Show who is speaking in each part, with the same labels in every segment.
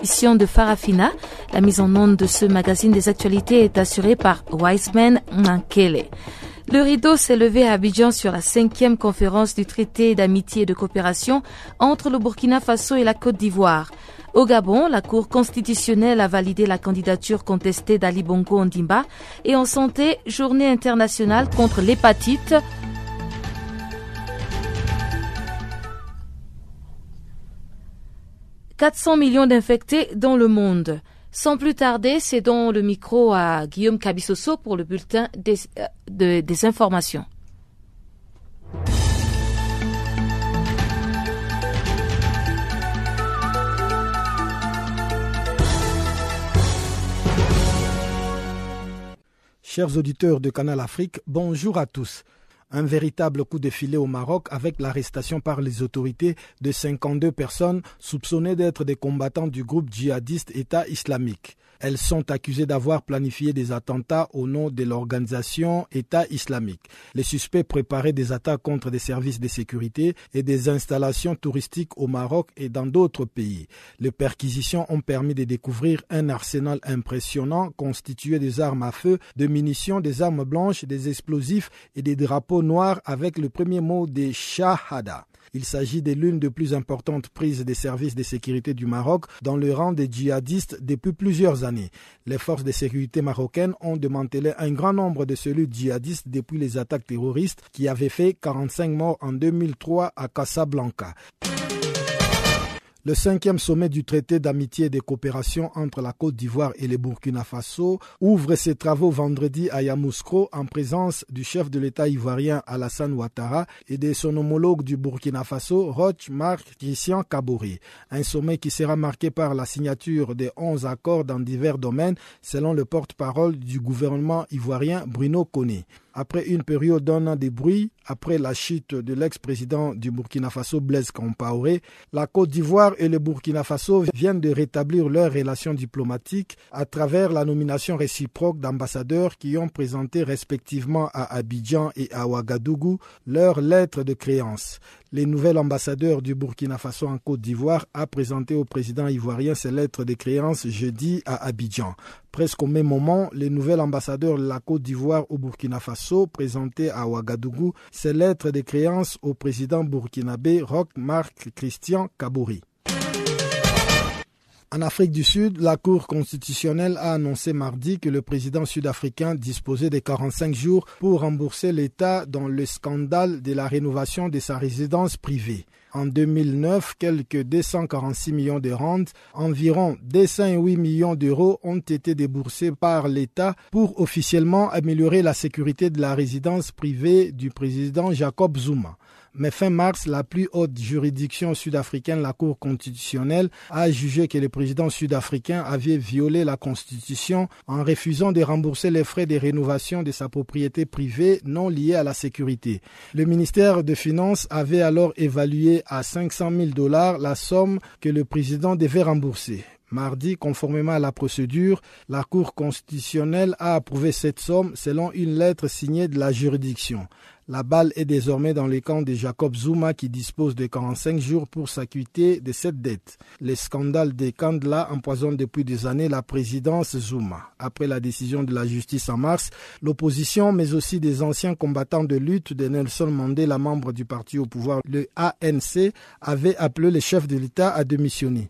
Speaker 1: édition de Farafina. La mise en onde de ce magazine des actualités est assurée par Wiseman Mankele. Le rideau s'est levé à Abidjan sur la 5e conférence du traité d'amitié et de coopération entre le Burkina Faso et la Côte d'Ivoire. Au Gabon, la Cour constitutionnelle a validé la candidature contestée d'Ali Bongo Ondimba. Et en santé, journée internationale contre l'hépatite. « 400 millions d'infectés dans le monde ». Sans plus tarder, cédons le micro à Guillaume Kabissoso pour le bulletin des informations.
Speaker 2: Chers auditeurs de Canal Afrique, bonjour à tous. Un véritable coup de filet au Maroc avec l'arrestation par les autorités de 52 personnes soupçonnées d'être des combattants du groupe djihadiste État islamique. Elles sont accusées d'avoir planifié des attentats au nom de l'organisation État islamique. Les suspects préparaient des attaques contre des services de sécurité et des installations touristiques au Maroc et dans d'autres pays. Les perquisitions ont permis de découvrir un arsenal impressionnant constitué des armes à feu, de munitions, des armes blanches, des explosifs et des drapeaux noirs avec le premier mot des Shahada. Il s'agit de l'une des plus importantes prises des services de sécurité du Maroc dans le rang des djihadistes depuis plusieurs années. Les forces de sécurité marocaines ont démantelé un grand nombre de cellules djihadistes depuis les attaques terroristes qui avaient fait 45 morts en 2003 à Casablanca. Le 5e sommet du traité d'amitié et de coopération entre la Côte d'Ivoire et le Burkina Faso ouvre ses travaux vendredi à Yamoussoukro en présence du chef de l'État ivoirien Alassane Ouattara et de son homologue du Burkina Faso, Roch Marc Christian Kabouri. Un sommet qui sera marqué par la signature de 11 accords dans divers domaines, selon le porte-parole du gouvernement ivoirien Bruno Koné. Après une période d'un an de bruit, après la chute de l'ex-président du Burkina Faso Blaise Compaoré, la Côte d'Ivoire et le Burkina Faso viennent de rétablir leurs relations diplomatiques à travers la nomination réciproque d'ambassadeurs qui ont présenté respectivement à Abidjan et à Ouagadougou leurs lettres de créance. Le nouvel ambassadeur du Burkina Faso en Côte d'Ivoire a présenté au président ivoirien ses lettres de créance jeudi à Abidjan. Presque au même moment, le nouvel ambassadeur de la Côte d'Ivoire au Burkina Faso présentait à Ouagadougou ses lettres de créance au président burkinabé Roch Marc Christian Kabouri. En Afrique du Sud, la Cour constitutionnelle a annoncé mardi que le président sud-africain disposait de 45 jours pour rembourser l'État dans le scandale de la rénovation de sa résidence privée. En 2009, quelques 246 millions de rand, environ 208 millions d'euros ont été déboursés par l'État pour officiellement améliorer la sécurité de la résidence privée du président Jacob Zuma. Mais fin mars, la plus haute juridiction sud-africaine, la Cour constitutionnelle, a jugé que le président sud-africain avait violé la Constitution en refusant de rembourser les frais de rénovation de sa propriété privée non liés à la sécurité. Le ministère des Finances avait alors évalué à $500 000 la somme que le président devait rembourser. Mardi, conformément à la procédure, la Cour constitutionnelle a approuvé cette somme selon une lettre signée de la juridiction. La balle est désormais dans les camps de Jacob Zuma qui dispose de 45 jours pour s'acquitter de cette dette. Le scandale des Kandla empoisonne depuis des années la présidence Zuma. Après la décision de la justice en mars, l'opposition, mais aussi des anciens combattants de lutte de Nelson Mandela, membre du parti au pouvoir, le ANC, avaient appelé le chef de l'État à démissionner.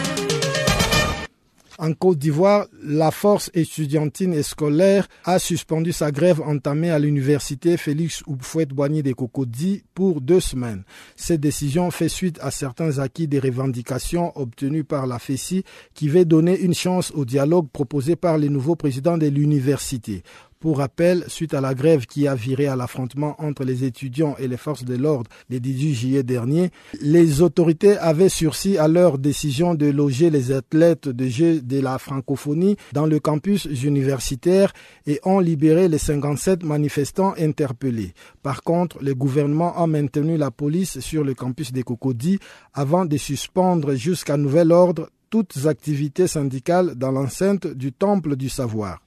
Speaker 2: En Côte d'Ivoire, la force estudiantine et scolaire a suspendu sa grève entamée à l'université Félix Houphouët-Boigny de Cocody pour 2 semaines. Cette décision fait suite à certains acquis des revendications obtenues par la FESI qui veut donner une chance au dialogue proposé par le nouveau président de l'université. Pour rappel, suite à la grève qui a viré à l'affrontement entre les étudiants et les forces de l'ordre le 18 juillet dernier, les autorités avaient sursis à leur décision de loger les athlètes de jeux de la francophonie dans le campus universitaire et ont libéré les 57 manifestants interpellés. Par contre, le gouvernement a maintenu la police sur le campus de Cocody avant de suspendre jusqu'à nouvel ordre toutes activités syndicales dans l'enceinte du Temple du Savoir.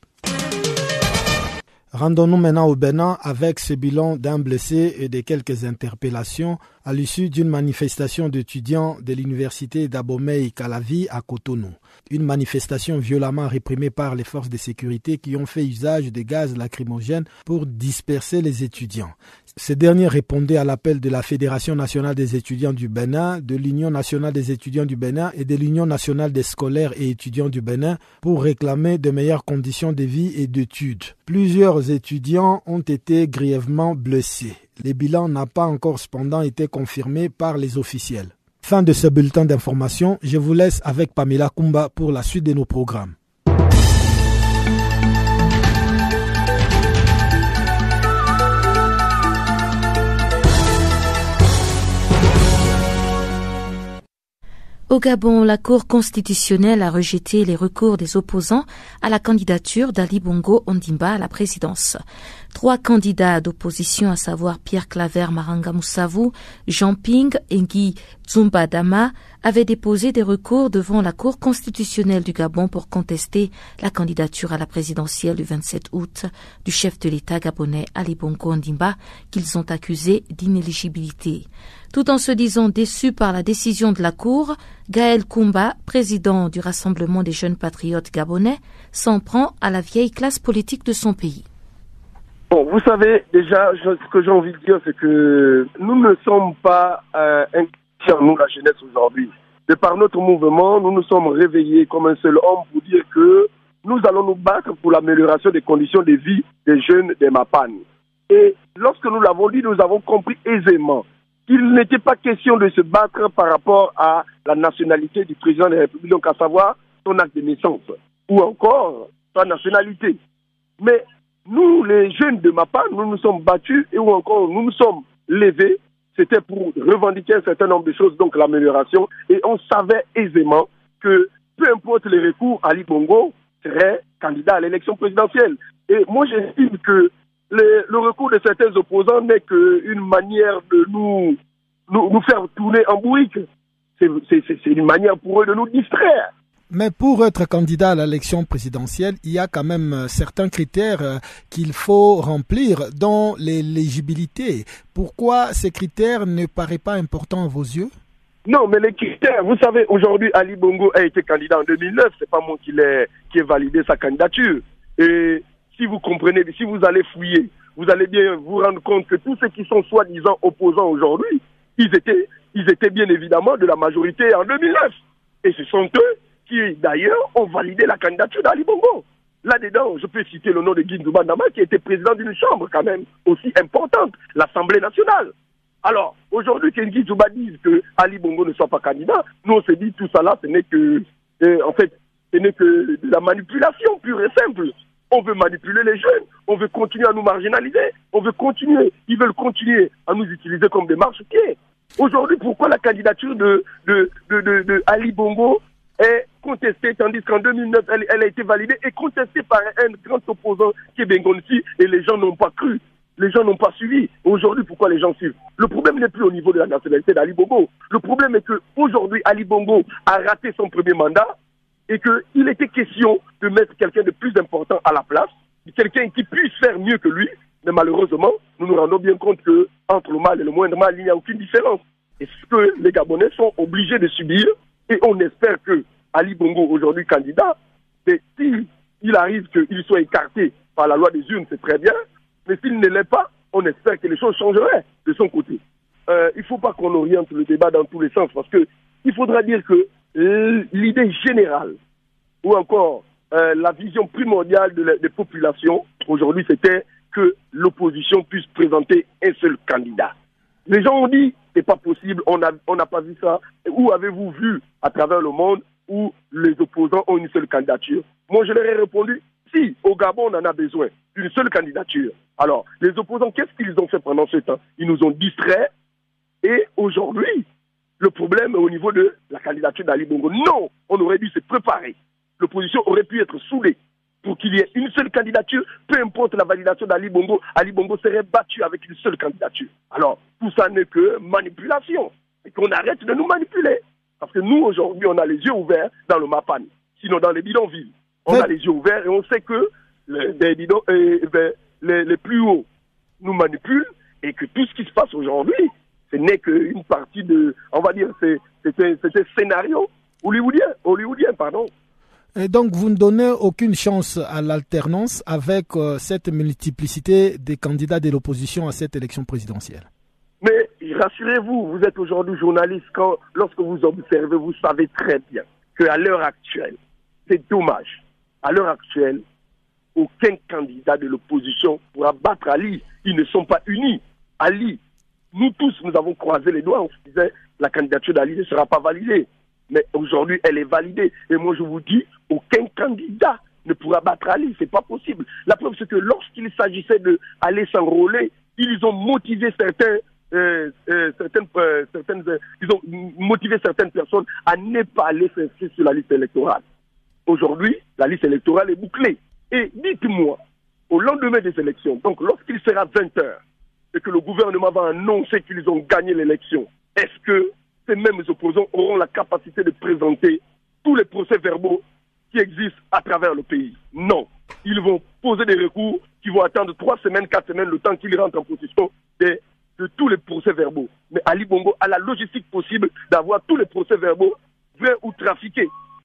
Speaker 2: Rendons-nous maintenant au Bénin avec ce bilan d'un blessé et de quelques interpellations. à l'issue d'une manifestation d'étudiants de l'université d'Abomey-Calavi à Cotonou. Une manifestation violemment réprimée par les forces de sécurité qui ont fait usage de gaz lacrymogènes pour disperser les étudiants. Ces derniers répondaient à l'appel de la Fédération nationale des étudiants du Bénin, de l'Union nationale des étudiants du Bénin et de l'Union nationale des scolaires et étudiants du Bénin pour réclamer de meilleures conditions de vie et d'études. Plusieurs étudiants ont été grièvement blessés. Le bilan n'a pas encore cependant été confirmé par les officiels. Fin de ce bulletin d'information, je vous laisse avec Pamela Kumba pour la suite de nos programmes.
Speaker 1: Au Gabon, la Cour constitutionnelle a rejeté les recours des opposants à la candidature d'Ali Bongo Ondimba à la présidence. 3 candidats d'opposition, à savoir Pierre Claver Maranga Moussavou, Jean Ping et Guy Zumba Dama, avaient déposé des recours devant la Cour constitutionnelle du Gabon pour contester la candidature à la présidentielle du 27 août du chef de l'État gabonais Ali Bongo Ondimba, qu'ils ont accusé d'inéligibilité. Tout en se disant déçu par la décision de la Cour, Gaël Koumba, président du Rassemblement des jeunes patriotes gabonais, s'en prend à la vieille classe politique de son pays.
Speaker 3: Bon, vous savez, déjà, ce que j'ai envie de dire, c'est que nous ne sommes pas inconscients, nous, la jeunesse, aujourd'hui. De par notre mouvement, nous nous sommes réveillés comme un seul homme pour dire que nous allons nous battre pour l'amélioration des conditions de vie des jeunes des Mapan. Et lorsque nous l'avons dit, nous avons compris aisément qu'il n'était pas question de se battre par rapport à la nationalité du président de la République, donc à savoir son acte de naissance, ou encore sa nationalité. Mais nous, les jeunes de Mapan, nous nous sommes battus et ou encore nous nous sommes levés. C'était pour revendiquer un certain nombre de choses, donc l'amélioration. Et on savait aisément que peu importe les recours, Ali Bongo serait candidat à l'élection présidentielle. Et moi, j'estime que le recours de certains opposants n'est qu'une manière de nous faire tourner en bourrique. C'est une manière pour eux de nous distraire.
Speaker 2: Mais pour être candidat à l'élection présidentielle, il y a quand même certains critères qu'il faut remplir, dont l'éligibilité. Pourquoi ces critères ne paraissent pas importants à vos yeux?
Speaker 3: Non, mais les critères, vous savez, aujourd'hui, Ali Bongo a été candidat en 2009. C'est pas moi qui ai validé sa candidature. Et si vous comprenez, si vous allez fouiller, vous allez bien vous rendre compte que tous ceux qui sont soi-disant opposants aujourd'hui, ils étaient bien évidemment de la majorité en 2009. Et ce sont eux qui, d'ailleurs, ont validé la candidature d'Ali Bongo. Là-dedans, je peux citer le nom de Guy Ndoumba Nama, qui était président d'une chambre quand même aussi importante, l'Assemblée nationale. Alors, aujourd'hui, que Guy Ndoumba dise que Ali Bongo ne soit pas candidat, nous on se dit tout ça là, ce n'est que de la manipulation pure et simple. On veut manipuler les jeunes, on veut continuer à nous marginaliser, ils veulent continuer à nous utiliser comme des marchepieds. Aujourd'hui, pourquoi la candidature de Ali Bongo est contestée, tandis qu'en 2009, elle a été validée et contestée par un grand opposant qui est Bengonsi, et les gens n'ont pas cru, les gens n'ont pas suivi. Aujourd'hui, pourquoi les gens suivent? Le problème n'est plus au niveau de la nationalité d'Ali Bongo. Le problème est qu'aujourd'hui, Ali Bongo a raté son premier mandat et qu'il était question de mettre quelqu'un de plus important à la place, quelqu'un qui puisse faire mieux que lui, mais malheureusement, nous nous rendons bien compte qu'entre le mal et le moindre mal, il n'y a aucune différence. Et ce que les Gabonais sont obligés de subir, et on espère que Ali Bongo, aujourd'hui candidat, s'il arrive qu'il soit écarté par la loi des urnes, c'est très bien, mais s'il ne l'est pas, on espère que les choses changeraient de son côté. Il ne faut pas qu'on oriente le débat dans tous les sens, parce qu'il faudra dire que l'idée générale, ou encore la vision primordiale des populations, aujourd'hui, c'était que l'opposition puisse présenter un seul candidat. Les gens ont dit, c'est pas possible, on n'a pas vu ça. Où avez-vous vu à travers le monde où les opposants ont une seule candidature? Moi, je leur ai répondu, si, au Gabon, on en a besoin d'une seule candidature. Alors, les opposants, qu'est-ce qu'ils ont fait pendant ce temps? Ils nous ont distraits. Et aujourd'hui, le problème est au niveau de la candidature d'Ali Bongo. Non, on aurait dû se préparer. L'opposition aurait pu être soudée pour qu'il y ait une seule candidature, peu importe la validation d'Ali Bongo serait battu avec une seule candidature. Alors, tout ça n'est que manipulation. Et qu'on arrête de nous manipuler. Parce que nous, aujourd'hui, on a les yeux ouverts dans le Mapan. Sinon, dans les bidonvilles, on a les yeux ouverts et on sait que les plus hauts nous manipulent et que tout ce qui se passe aujourd'hui, ce n'est qu'une partie de, on va dire, c'est un scénario hollywoodien, pardon.
Speaker 2: Et donc, vous ne donnez aucune chance à l'alternance avec cette multiplicité des candidats de l'opposition à cette élection présidentielle.
Speaker 3: Mais rassurez-vous, vous êtes aujourd'hui journaliste, lorsque vous observez, vous savez très bien qu'à l'heure actuelle, c'est dommage, à l'heure actuelle, aucun candidat de l'opposition pourra battre Ali. Ils ne sont pas unis. Ali, nous tous, nous avons croisé les doigts, on se disait, la candidature d'Ali ne sera pas validée. Mais aujourd'hui, elle est validée. Et moi, je vous dis, aucun candidat ne pourra battre Ali. C'est pas possible. La preuve, c'est que lorsqu'il s'agissait d'aller s'enrôler, ils ont motivé ils ont motivé certaines personnes à ne pas aller s'inscrire sur la liste électorale. Aujourd'hui, la liste électorale est bouclée. Et dites-moi, au lendemain des élections, donc lorsqu'il sera 20h, et que le gouvernement va annoncer qu'ils ont gagné l'élection, est-ce que ces mêmes opposants auront la capacité de présenter tous les procès-verbaux qui existent à travers le pays? Non. Ils vont poser des recours qui vont attendre 3 semaines, 4 semaines, le temps qu'ils rentrent en possession de tous les procès-verbaux. Mais Ali Bongo a la logistique possible d'avoir tous les procès-verbaux vrais ou trafiqués.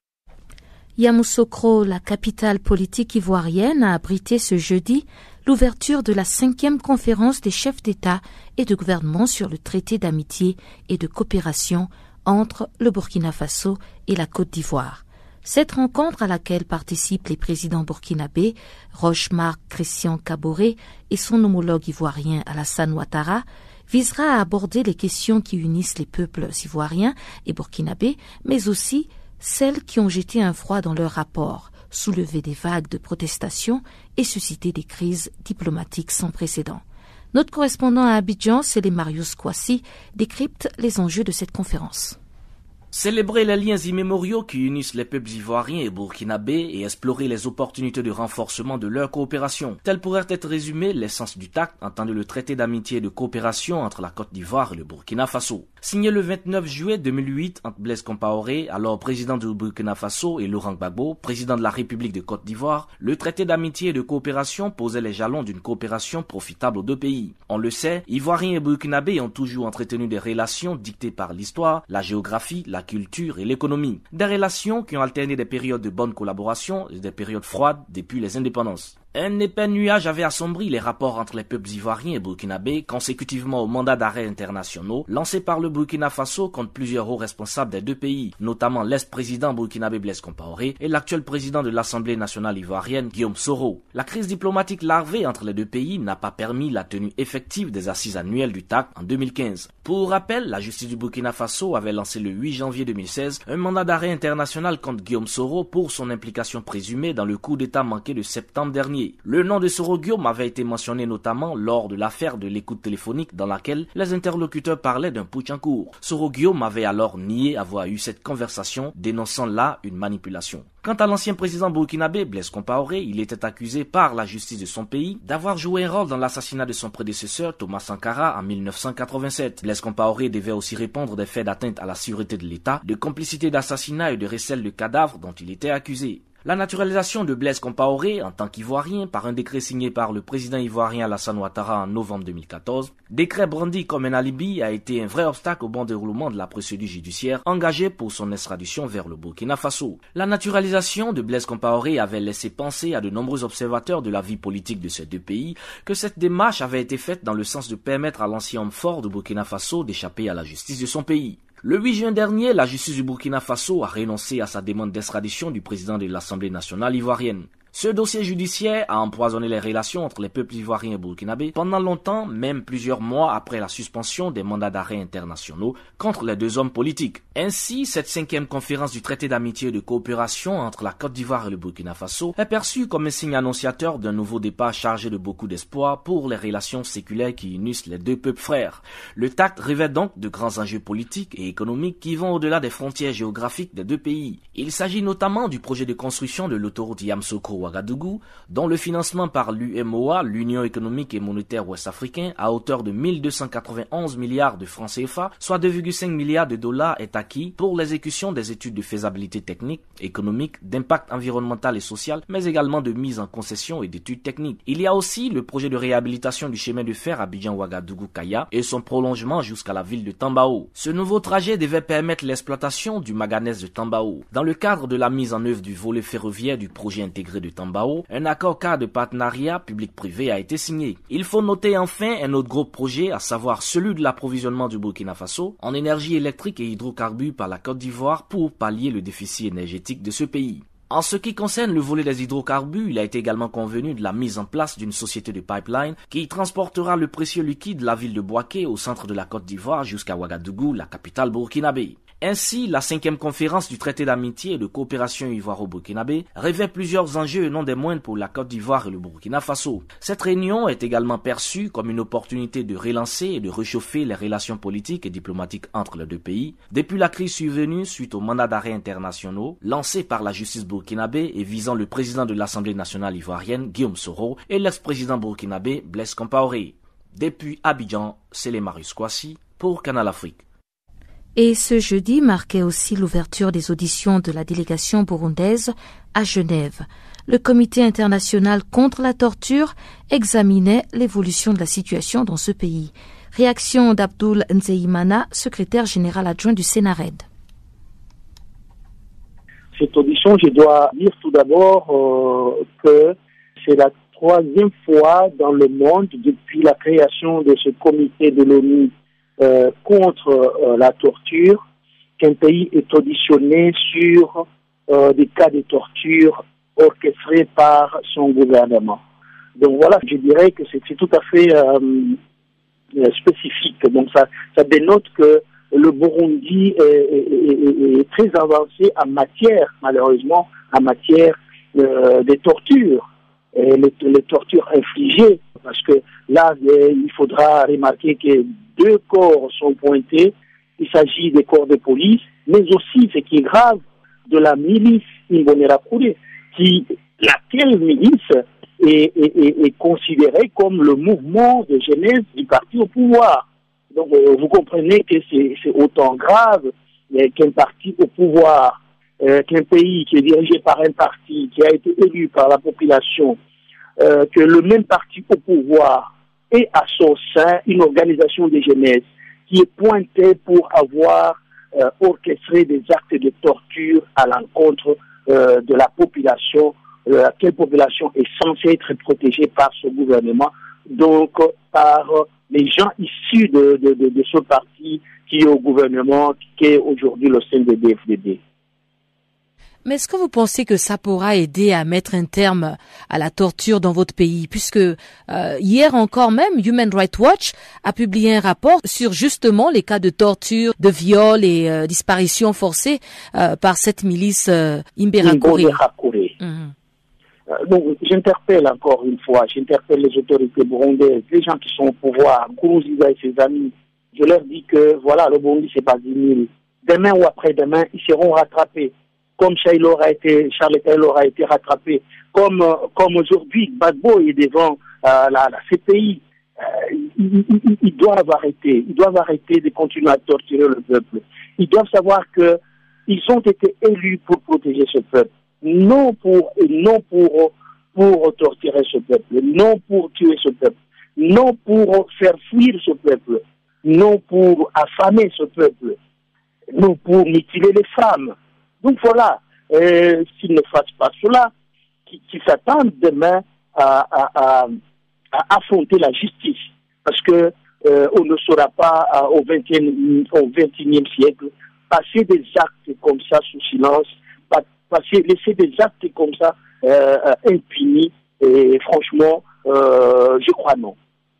Speaker 1: Yamoussoukro, la capitale politique ivoirienne, a abrité ce jeudi l'ouverture de la 5e conférence des chefs d'État et de gouvernement sur le traité d'amitié et de coopération entre le Burkina Faso et la Côte d'Ivoire. Cette rencontre à laquelle participent les présidents burkinabés Roch-Marc Christian Kaboré et son homologue ivoirien Alassane Ouattara visera à aborder les questions qui unissent les peuples ivoiriens et burkinabés, mais aussi celles qui ont jeté un froid dans leurs rapports, soulevé des vagues de protestations et suscité des crises diplomatiques sans précédent. Notre correspondant à Abidjan, Célé Marius Kouassi, décrypte les enjeux de cette conférence.
Speaker 4: Célébrer les liens immémoriaux qui unissent les peuples ivoiriens et burkinabés et explorer les opportunités de renforcement de leur coopération. Tel pourrait être résumé l'essence du TACT, entendu le traité d'amitié et de coopération entre la Côte d'Ivoire et le Burkina Faso. Signé le 29 juillet 2008 entre Blaise Compaoré, alors président du Burkina Faso, et Laurent Gbagbo, président de la République de Côte d'Ivoire, le traité d'amitié et de coopération posait les jalons d'une coopération profitable aux deux pays. On le sait, Ivoiriens et Burkinabés ont toujours entretenu des relations dictées par l'histoire, la géographie, la culture et l'économie. Des relations qui ont alterné des périodes de bonne collaboration et des périodes froides depuis les indépendances. Un épais nuage avait assombri les rapports entre les peuples ivoiriens et burkinabés consécutivement aux mandats d'arrêt internationaux lancés par le Burkina Faso contre plusieurs hauts responsables des deux pays, notamment l'ex-président burkinabé Blaise Compaoré et l'actuel président de l'Assemblée nationale ivoirienne Guillaume Soro. La crise diplomatique larvée entre les deux pays n'a pas permis la tenue effective des assises annuelles du TACT en 2015. Pour rappel, la justice du Burkina Faso avait lancé le 8 janvier 2016 un mandat d'arrêt international contre Guillaume Soro pour son implication présumée dans le coup d'État manqué de septembre dernier. Le nom de Soro Guillaume avait été mentionné notamment lors de l'affaire de l'écoute téléphonique dans laquelle les interlocuteurs parlaient d'un putsch en cours. Soro Guillaume avait alors nié avoir eu cette conversation, dénonçant là une manipulation. Quant à l'ancien président burkinabé Blaise Compaoré, il était accusé par la justice de son pays d'avoir joué un rôle dans l'assassinat de son prédécesseur Thomas Sankara en 1987. Blaise Compaoré devait aussi répondre des faits d'atteinte à la sécurité de l'État, de complicité d'assassinat et de recel de cadavres dont il était accusé. La naturalisation de Blaise Compaoré en tant qu'Ivoirien par un décret signé par le président ivoirien Alassane Ouattara en novembre 2014, décret brandi comme un alibi, a été un vrai obstacle au bon déroulement de la procédure judiciaire engagée pour son extradition vers le Burkina Faso. La naturalisation de Blaise Compaoré avait laissé penser à de nombreux observateurs de la vie politique de ces deux pays que cette démarche avait été faite dans le sens de permettre à l'ancien homme fort du Burkina Faso d'échapper à la justice de son pays. Le 8 juin dernier, la justice du Burkina Faso a renoncé à sa demande d'extradition du président de l'Assemblée nationale ivoirienne. Ce dossier judiciaire a empoisonné les relations entre les peuples ivoiriens et burkinabés pendant longtemps, même plusieurs mois après la suspension des mandats d'arrêt internationaux contre les deux hommes politiques. Ainsi, cette 5e conférence du traité d'amitié et de coopération entre la Côte d'Ivoire et le Burkina Faso est perçue comme un signe annonciateur d'un nouveau départ chargé de beaucoup d'espoir pour les relations séculaires qui unissent les deux peuples frères. Le TACT révèle donc de grands enjeux politiques et économiques qui vont au-delà des frontières géographiques des deux pays. Il s'agit notamment du projet de construction de l'autoroute Yamoussoukro Ouagadougou, dont le financement par l'UMOA, l'Union économique et monétaire ouest-africaine, à hauteur de 1291 milliards de francs CFA, soit 2,5 milliards de dollars, est acquis pour l'exécution des études de faisabilité technique, économique, d'impact environnemental et social, mais également de mise en concession et d'études techniques. Il y a aussi le projet de réhabilitation du chemin de fer Abidjan-Ouagadougou-Kaya et son prolongement jusqu'à la ville de Tambao. Ce nouveau trajet devait permettre l'exploitation du manganèse de Tambao. Dans le cadre de la mise en œuvre du volet ferroviaire du projet intégré de Tambao, un accord cadre de partenariat public-privé a été signé. Il faut noter enfin un autre gros projet, à savoir celui de l'approvisionnement du Burkina Faso en énergie électrique et hydrocarbures par la Côte d'Ivoire pour pallier le déficit énergétique de ce pays. En ce qui concerne le volet des hydrocarbures, il a été également convenu de la mise en place d'une société de pipeline qui transportera le précieux liquide de la ville de Bouaké au centre de la Côte d'Ivoire jusqu'à Ouagadougou, la capitale burkinabé. Ainsi, la 5e conférence du traité d'amitié et de coopération ivoiro-burkinabé revêt plusieurs enjeux et non des moindres pour la Côte d'Ivoire et le Burkina Faso. Cette réunion est également perçue comme une opportunité de relancer et de réchauffer les relations politiques et diplomatiques entre les deux pays, depuis la crise survenue suite aux mandats d'arrêt internationaux lancés par la justice burkinabé et visant le président de l'Assemblée nationale ivoirienne, Guillaume Soro, et l'ex-président burkinabé, Blaise Compaoré. Depuis Abidjan, c'est les Marius Kouassi pour Canal Afrique.
Speaker 1: Et ce jeudi marquait aussi l'ouverture des auditions de la délégation burundaise à Genève. Le Comité international contre la torture examinait l'évolution de la situation dans ce pays. Réaction d'Abdoul Nzeimana, secrétaire général adjoint du Sénarède.
Speaker 5: Cette audition, je dois dire tout d'abord que c'est la 3e fois dans le monde depuis la création de ce comité de l'ONU contre la torture qu'un pays est auditionné sur des cas de torture orchestrés par son gouvernement. Donc voilà, je dirais que c'est tout à fait spécifique. Donc ça dénote que le Burundi est très avancé en matière, malheureusement, en matière de torture. Et les tortures infligées, parce que là, il faudra remarquer que 2 corps sont pointés. Il s'agit des corps de police, mais aussi, ce qui est grave, de la milice Imbonerakure, laquelle milice est considérée comme le mouvement de jeunesse du parti au pouvoir. Donc, vous comprenez que c'est autant grave qu'un parti au pouvoir, qu'un pays qui est dirigé par un parti qui a été élu par la population, que le même parti au pouvoir ait à son sein une organisation de jeunesse qui est pointée pour avoir orchestré des actes de torture à l'encontre de la population, laquelle population est censée être protégée par ce gouvernement, donc par les gens issus de ce parti qui est au gouvernement, qui est aujourd'hui le sein de DFDD.
Speaker 1: Mais est-ce que vous pensez que ça pourra aider à mettre un terme à la torture dans votre pays? Puisque hier encore même, Human Rights Watch a publié un rapport sur justement les cas de torture, de viol et disparition forcée par cette milice Imbonerakure.
Speaker 5: Donc j'interpelle encore une fois, j'interpelle les autorités burundaises, les gens qui sont au pouvoir, Nkurunziza et ses amis. Je leur dis que voilà, le Burundi c'est pas 10 000. Demain ou après-demain, ils seront rattrapés. Comme Charles Taylor a été rattrapé, comme aujourd'hui, Gbagbo est devant la CPI. Ils doivent arrêter de continuer à torturer le peuple. Ils doivent savoir que ils ont été élus pour protéger ce peuple, non pour torturer ce peuple, non pour tuer ce peuple, non pour faire fuir ce peuple, non pour affamer ce peuple, non pour mutiler les femmes. Donc voilà, s'ils ne fassent pas cela, qu'ils s'attendent demain à affronter la justice. Parce que on ne saura pas au XXIe siècle passer des actes comme ça sous silence, laisser des actes comme ça impunis. Et franchement, je crois non.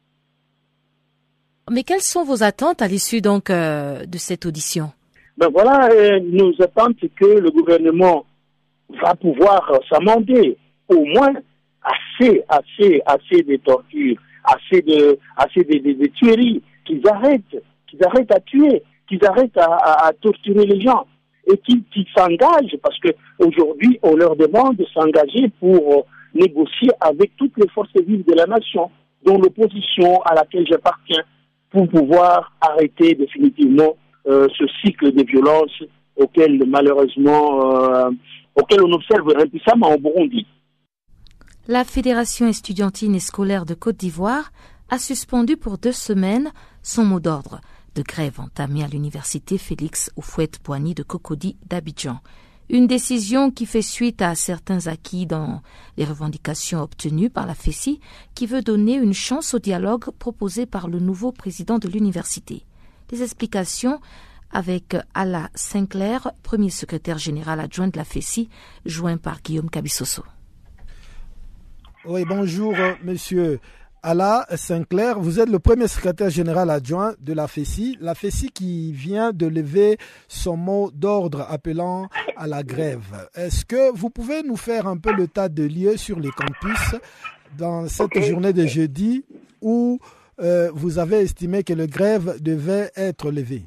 Speaker 1: Mais quelles sont vos attentes à l'issue donc de cette audition?
Speaker 5: Ben voilà, nos attentes, c'est que le gouvernement va pouvoir s'amender, au moins assez de torture, assez de tueries, qu'ils arrêtent à tuer, qu'ils arrêtent à torturer les gens, et qu'ils s'engagent, parce que aujourd'hui on leur demande de s'engager pour négocier avec toutes les forces vives de la nation, dont l'opposition à laquelle j'appartiens, pour pouvoir arrêter définitivement ce cycle de violence auquel malheureusement auquel on observe impuissamment au Burundi.
Speaker 1: La Fédération estudiantine et scolaire de Côte d'Ivoire a suspendu pour 2 semaines son mot d'ordre de grève entamé à l'université Félix Houphouët-Boigny de Cocody d'Abidjan. Une décision qui fait suite à certains acquis dans les revendications obtenues par la FESI, qui veut donner une chance au dialogue proposé par le nouveau président de l'université. Les explications avec Ala Sinclair, premier secrétaire général adjoint de la FESI, joint par Guillaume Kabissoso.
Speaker 2: Oui, bonjour, monsieur Ala Sinclair. Vous êtes le premier secrétaire général adjoint de la FESI qui vient de lever son mot d'ordre appelant à la grève. Est-ce que vous pouvez nous faire un peu l'état de lieu sur les campus dans cette journée de jeudi où vous avez estimé que la grève devait être levée?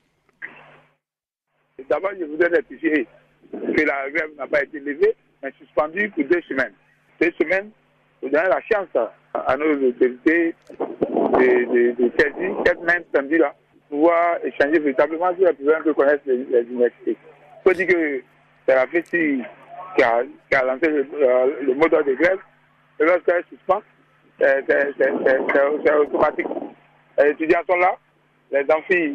Speaker 6: D'abord, je voudrais rectifier que la grève n'a pas été levée, mais suspendue pour 2 semaines. 2 semaines, pour donner la chance à nos autorités de saisir cette même samedi-là, pouvoir échanger véritablement sur les problèmes que connaissent les universités. Il faut dire que c'est la FESI qui a lancé le mot d'ordre de grève, et lorsqu'elle suspend, c'est automatique. Les étudiants sont là, les amphis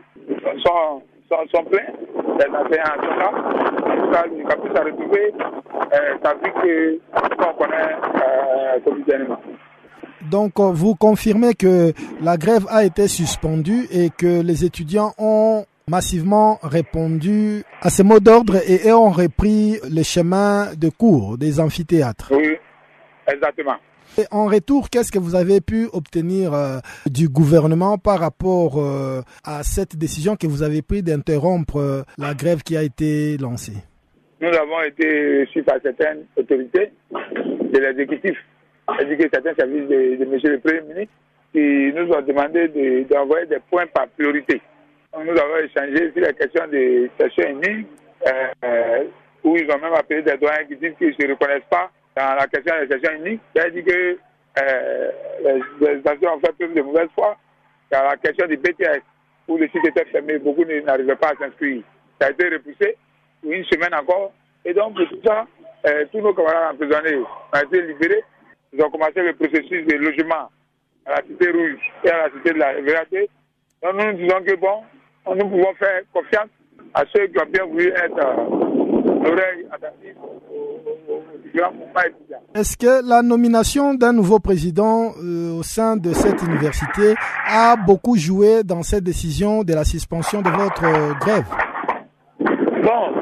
Speaker 6: sont pleins, les enseignants sont là. En tout cas, le campus a retrouvé sa vie qu'on connaît quotidiennement.
Speaker 2: Donc, vous confirmez que la grève a été suspendue et que les étudiants ont massivement répondu à ces mots d'ordre et ont repris le chemin de cours des amphithéâtres.
Speaker 6: Oui, exactement.
Speaker 2: Et en retour, qu'est-ce que vous avez pu obtenir du gouvernement par rapport à cette décision que vous avez prise d'interrompre la grève qui a été lancée?
Speaker 6: Nous avons été reçus par certaines autorités de l'exécutif, c'est-à-dire que certains services de M. le Premier ministre, qui nous ont demandé d'envoyer des points par priorité. Nous avons échangé sur la question des sessions uniques, où ils ont même appelé des doyens qui disent qu'ils ne se reconnaissent pas dans la question des sessions uniques. C'est-à-dire que les stations ont fait preuve de mauvaise foi. Dans la question du BTS, où le site était fermé, beaucoup n'arrivaient pas à s'inscrire. Ça a été repoussé pour 1 semaine encore. Et donc, pour tout ça, tous nos camarades emprisonnés ont été libérés. Ils ont commencé le processus de logement à la Cité Rouge et à la Cité de la Vérité. Donc, nous disons que nous pouvons faire confiance à ceux qui ont bien voulu être l'oreille attentive aux différents mouvements étudiants.
Speaker 2: Est-ce que la nomination d'un nouveau président au sein de cette université a beaucoup joué dans cette décision de la suspension de votre grève?
Speaker 6: Bon,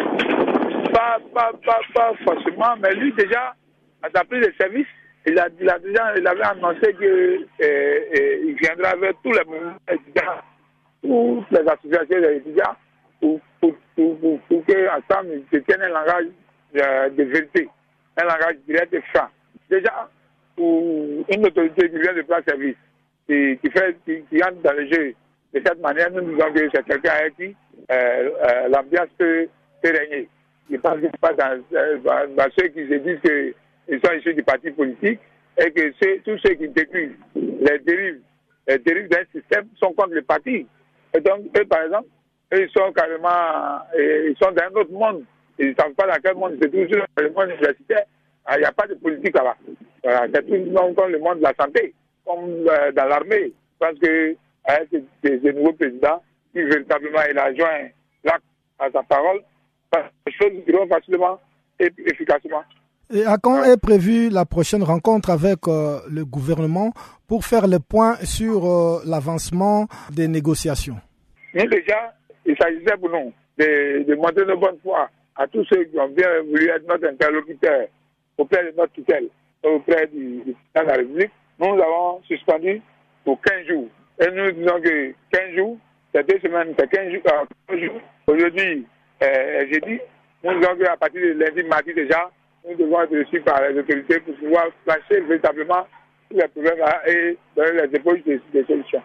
Speaker 6: pas forcément, mais lui déjà, à sa prise de service, il avait annoncé qu'il viendra vers tous les mouvements étudiants, toutes les associations des étudiants, pour qu'ensemble, ils se tiennent un langage de vérité, un langage direct et franc. Déjà, pour une autorité qui vient de prendre service, qui entre dans le jeu de cette manière, nous disons que c'est quelqu'un avec qui l'ambiance peut régner. Je ne pense pas dans ceux qui se disent qu'ils sont issus du parti politique et que tous ceux qui décrivent les dérives d'un système sont contre le parti. Et donc, eux, par exemple, ils sont carrément, ils sont dans un autre monde. Ils ne savent pas dans quel monde ils se trouvent. Dans le monde universitaire, il n'y a pas de politique là-bas. Voilà, c'est tout comme le monde de la santé, comme dans l'armée. Je pense que c'est le nouveau président qui véritablement il a joint l'acte à sa parole. Les choses iront facilement et efficacement.
Speaker 2: Et à quand est prévue la prochaine rencontre avec le gouvernement pour faire le point sur l'avancement des négociations?
Speaker 6: Nous déjà, il s'agissait pour nous de montrer nos bonnes foi à tous ceux qui ont bien voulu être notre interlocuteur auprès de notre tutelle, auprès du président de la République. Nous avons suspendu pour 15 jours. Et nous disons que 15 jours, c'est 2 semaines, c'est 15 jours. Aujourd'hui, jeudi, nous disons qu'à partir de lundi, mardi déjà, nous devons être reçus par les autorités pour pouvoir plancher véritablement tous les problèmes et donner les épaules des solutions.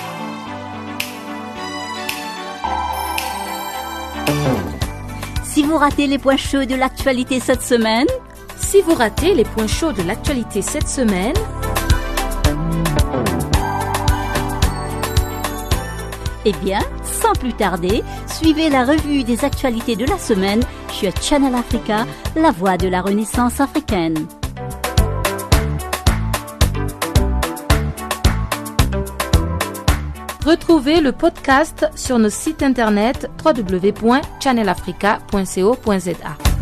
Speaker 7: Si vous vous ratez les points chauds de l'actualité cette semaine,
Speaker 1: Si vous ratez les points chauds de l'actualité cette semaine,
Speaker 7: eh bien, sans plus tarder, suivez la revue des actualités de la semaine sur Channel Africa, la voix de la Renaissance africaine.
Speaker 1: retrouvez le podcast sur nos sites internet www.channelafrica.co.za.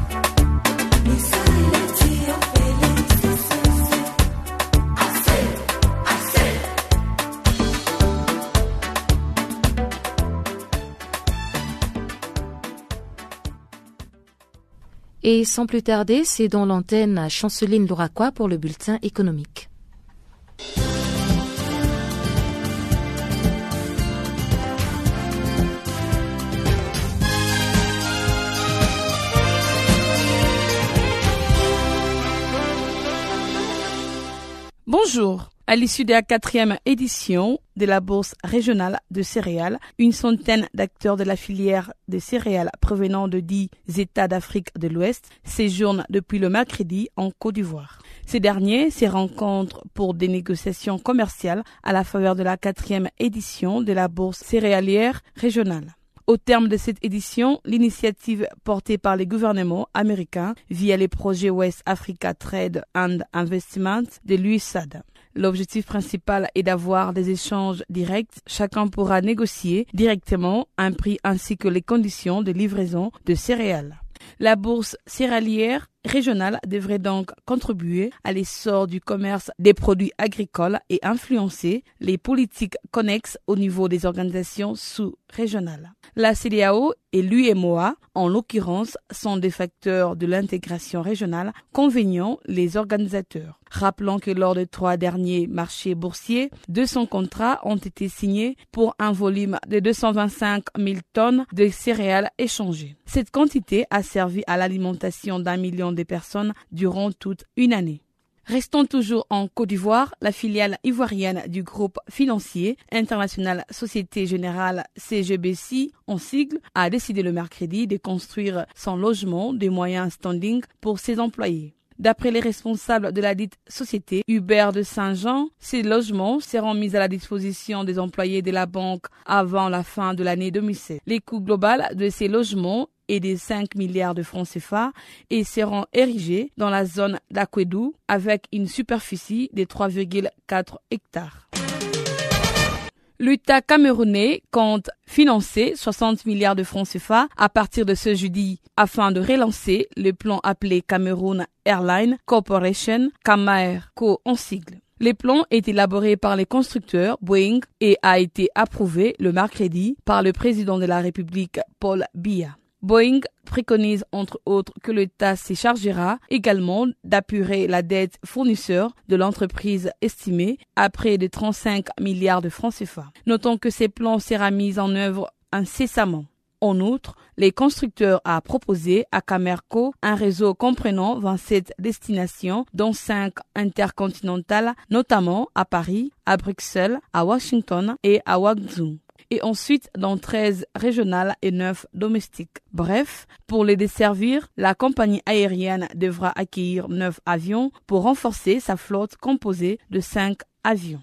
Speaker 1: Et sans plus tarder, c'est dans l'antenne à Chanceline Louraquois pour le bulletin économique.
Speaker 8: Bonjour. À l'issue de la 4e édition de la Bourse régionale de céréales, une centaine d'acteurs de la filière de céréales provenant de 10 États d'Afrique de l'Ouest séjournent depuis le mercredi en Côte d'Ivoire. Ces derniers se rencontrent pour des négociations commerciales à la faveur de la 4e édition de la Bourse céréalière régionale. Au terme de cette édition, l'initiative portée par les gouvernements américains via les projets West Africa Trade and Investment de l'USAID. L'objectif principal est d'avoir des échanges directs. Chacun pourra négocier directement un prix ainsi que les conditions de livraison de céréales. La bourse céréalière régionale devrait donc contribuer à l'essor du commerce des produits agricoles et influencer les politiques connexes au niveau des organisations sous-régionales. La CEDEAO et l'UEMOA, en l'occurrence, sont des facteurs de l'intégration régionale convaincant les organisateurs. Rappelons que lors des 3 derniers marchés boursiers, 200 contrats ont été signés pour un volume de 225 000 tonnes de céréales échangées. Cette quantité a servi à l'alimentation d'1 million de personnes durant toute une année. Restons toujours en Côte d'Ivoire, la filiale ivoirienne du groupe financier international Société Générale CGBC, en sigle, a décidé le mercredi de construire son logement de moyens standing pour ses employés. D'après les responsables de la dite société, Hubert de Saint-Jean, ces logements seront mis à la disposition des employés de la banque avant la fin de l'année 2007. Les coûts globaux de ces logements est de 5 milliards de francs CFA et seront érigés dans la zone d'Akwedou avec une superficie de 3,4 hectares. L'État camerounais compte financer 60 milliards de francs CFA à partir de ce jeudi afin de relancer le plan appelé Cameroun Airline Corporation, CAMAIR Co en sigle. Le plan est élaboré par les constructeurs Boeing et a été approuvé le mercredi par le président de la République Paul Biya. Boeing préconise entre autres que l'État se chargera également d'apurer la dette fournisseur de l'entreprise estimée à près de 35 milliards de francs CFA. Notons que ces plans seront mis en œuvre incessamment. En outre, les constructeurs ont proposé à Camerco un réseau comprenant 27 destinations, dont 5 intercontinentales, notamment à Paris, à Bruxelles, à Washington et à Ouagadougou. Et ensuite dans 13 régionales et 9 domestiques. Bref, pour les desservir, la compagnie aérienne devra accueillir 9 avions pour renforcer sa flotte composée de 5 avions.